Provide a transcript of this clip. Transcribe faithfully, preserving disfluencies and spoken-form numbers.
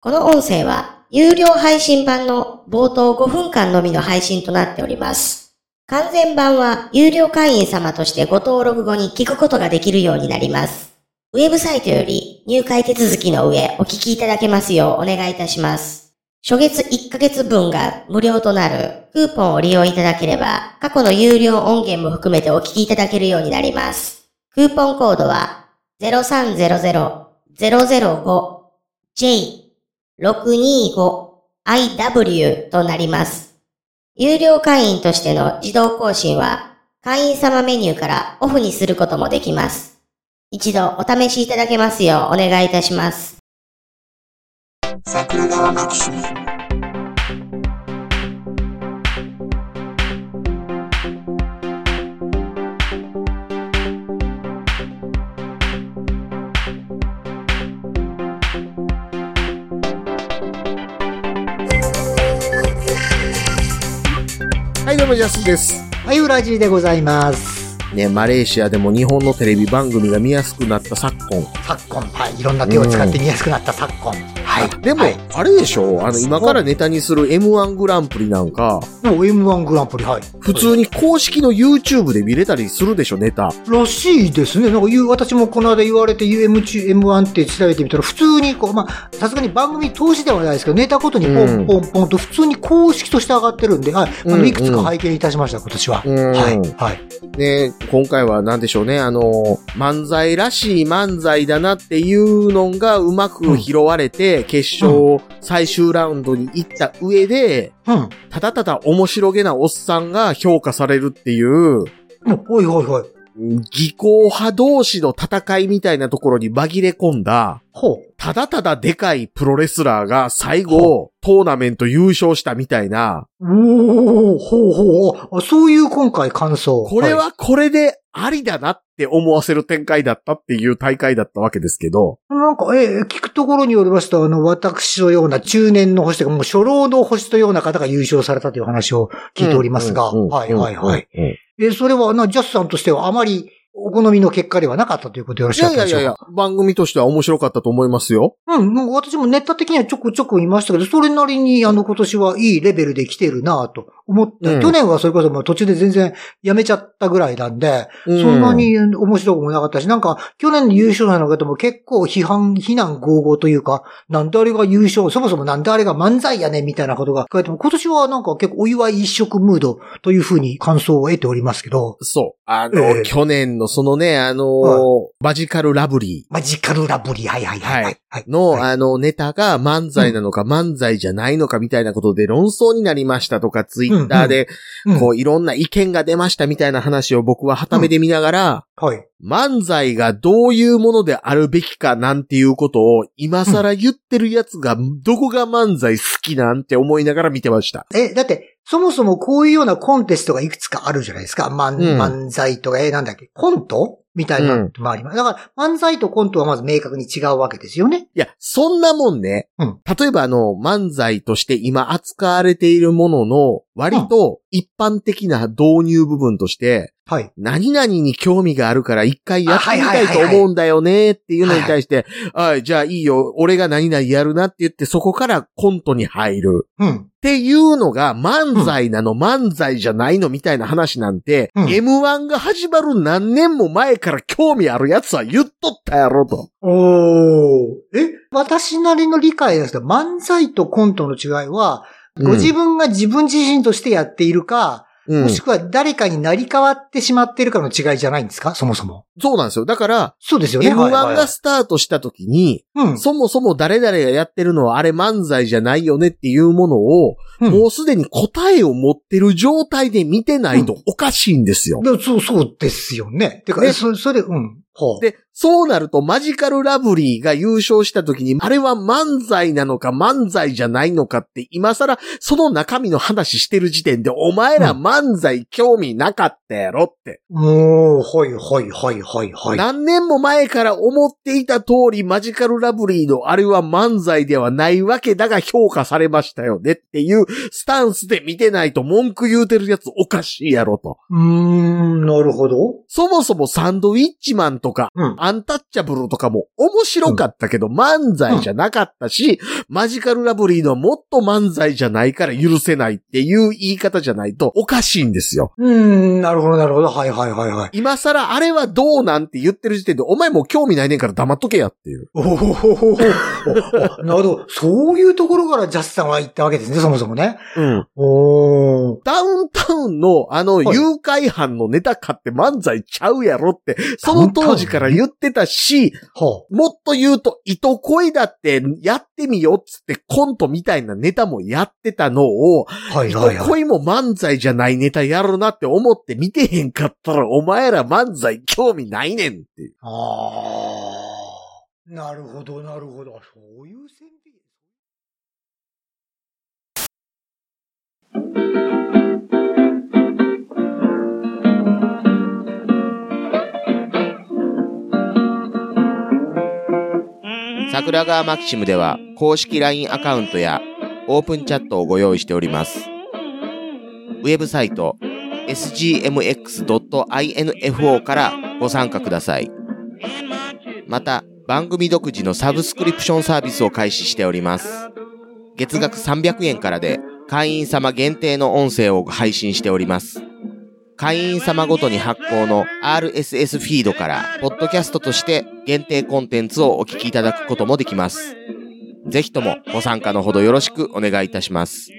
この音声は有料配信版の冒頭ごふんかんのみの配信となっております。完全版は有料会員様としてご登録後に聞くことができるようになります。ウェブサイトより入会手続きの上お聞きいただけますようお願いいたします。初月いっかげつぶんが無料となるクーポンを利用いただければ過去の有料音源も含めてお聞きいただけるようになります。クーポンコードは ゼロさんゼロゼロ ゼロゼロご ジェイろくにーご アイダブリュー となります。有料会員としての自動更新は会員様メニューからオフにすることもできます。一度お試しいただけますようお願いいたします。 桜川マキシムはい、どうもジャスです。 はい、ウラジーでございます。 ね、マレーシアでも日本のテレビ番組が見やすくなった昨今。 昨今、はい、いろんな手を使って見やすくなった昨今。うん、はい。 でも、はい、あれでしょあの、今からネタにする エムワン グランプリなんか。 もう エムワン グランプリ、はい。 普通に公式の YouTube で見れたりするでしょ、ネタ。 らしいですね。なんか言う、私もこの間言われて エムワン って調べてみたら、普通にこう、まあ、さすがに番組投資ではないですけど、ネタごとにポンポンポンと普通に公式として上がってるんで、はい。あの、いくつか拝見いたしました、今年は。はい。はい。 ね、今回は何でしょうね、あの、漫才らしい漫才だなっていうのがうまく拾われて、うん、決勝、最終ラウンドに行った上で、うん、ただただ面白げなおっさんが評価されるっていう、 おいおいおい。 技巧派同士の戦いみたいなところに紛れ込んだ、ほう。ただただでかいプロレスラーが最後、トーナメント優勝したみたいな。 おー、ほうほう。そういう今回感想。 これはこれでありだなって思わせる展開だったっていう大会だったわけですけど。 なんか、えー、聞くところによりますと、あの、私のような中年の星というか、もう初老の星というような方が優勝されたという話を聞いておりますが、はいはいはい。え、それはな、ジャスさんとしてはあまりお好みの結果ではなかったということでよろしかったでしょうか？いやいやいや、 番組としては面白かったと思いますよ。 うん、もう私もネタ的にはちょこちょこ言いましたけど、それなりにあの今年はいいレベルで来てるなぁと思って、うん、去年はそれこそもう途中で全然やめちゃったぐらいなんで、うん、そんなに面白くもなかったし、なんか去年の優勝者の方も結構批判、非難合々というか、なんであれが優勝、そもそもなんであれが漫才やねみたいなことが書かれても、今年はなんか結構お祝い一色ムードというふうに感想を得ておりますけど。 そう。あの、えー、去年のそのね、あの、はい、マジカルラブリー。 マジカルラブリー、はいはいはい、はい。はい。 の、 はい、 あの、ネタが漫才なのか、うん、漫才じゃないのかみたいなことで論争になりましたとか、ツイッターで、うんうん、こう、いろんな意見が出ましたみたいな話を僕は傍目で見ながら、うん、はい。漫才がどういうものであるべきかなんていうことを今更言ってるやつが、どこが漫才好きなんて思いながら見てました。 え、だって、そもそもこういうようなコンテストがいくつかあるじゃないですか。漫、うん、漫才とか、え、なんだっけ、コントみたいなのもあります。だから、漫才とコントはまず明確に違うわけですよね。 いや、そんなもんね。うん、例えばあの、漫才として今扱われているものの、割と一般的な導入部分として、はい。何々に興味があるから一回やってみたいと思うんだよねっていうのに対して、はい、じゃあいいよ、俺が何々やるなって言ってそこからコントに入る。うん。っていうのが漫才なの、うん、漫才じゃないのみたいな話なんて、うん、エムワン が始まる何年も前から興味あるやつは言っとったやろと。 おー。え、私なりの理解ですけど、漫才とコントの違いは、ご自分が自分自身としてやっているか、うん、もしくは誰かになり変わってしまっているかの違いじゃないんですか？そもそも。 そうなんですよ。だから、 そうですよね。 エムワン がスタートした時に、はいはいはい、そもそも誰々がやってるのはあれ漫才じゃないよねっていうものを、うん、もうすでに答えを持ってる状態で見てないとおかしいんですよ。 うん、そう、そうですよね。てか、ね、そ、それ、うん。 はあ、で、そうなるとマジカルラブリーが優勝した時に、あれは漫才なのか漫才じゃないのかって今更その中身の話してる時点でお前ら漫才興味なかったやろって。 もう、はいはいはいはいはい。 何年も前から思っていた通りマジカルラブリーのあれは漫才ではないわけだが評価されましたよねっていうスタンスで見てないと文句言うてるやつおかしいやろと。 うーん、なるほど。 そもそもサンドウィッチマンとか、うん、 アンタッチャブルとかも面白かったけど、うん、漫才じゃなかったし、うん、マジカルラブリーのはもっと漫才じゃないから許せないっていう言い方じゃないとおかしいんですよ。 うーん、なるほどなるほど。はいはいはいはい。 今更あれはどうなんて言ってる時点で、お前もう興味ないねんから黙っとけやっていう。 おおなるほど。そういうところからジャスさんは言ったわけですね、そもそもね。 うん。 おダウンタウンのあの誘拐犯のネタ買って漫才ちゃうやろって、その当時から言ってたし、もっと言うと、糸恋だってやってみよっつってコントみたいなネタもやってたのを、はいはいはい、糸恋も漫才じゃないネタやるなって思って見てへんかったら、お前ら漫才興味ないねんっていう。 ああ、なるほどなるほど。そういう線で。 桜川マキシムでは公式 ライン アカウントやオープンチャットをご用意しております。ウェブサイト エスジーエムエックスドットアイエヌエフオー からご参加ください。また番組独自のサブスクリプションサービスを開始しております。月額さんびゃくえんからで会員様限定の音声を配信しております。会員様ごとに発行の アールエスエス フィードから、ポッドキャストとして限定コンテンツをお聞きいただくこともできます。ぜひともご参加のほどよろしくお願いいたします。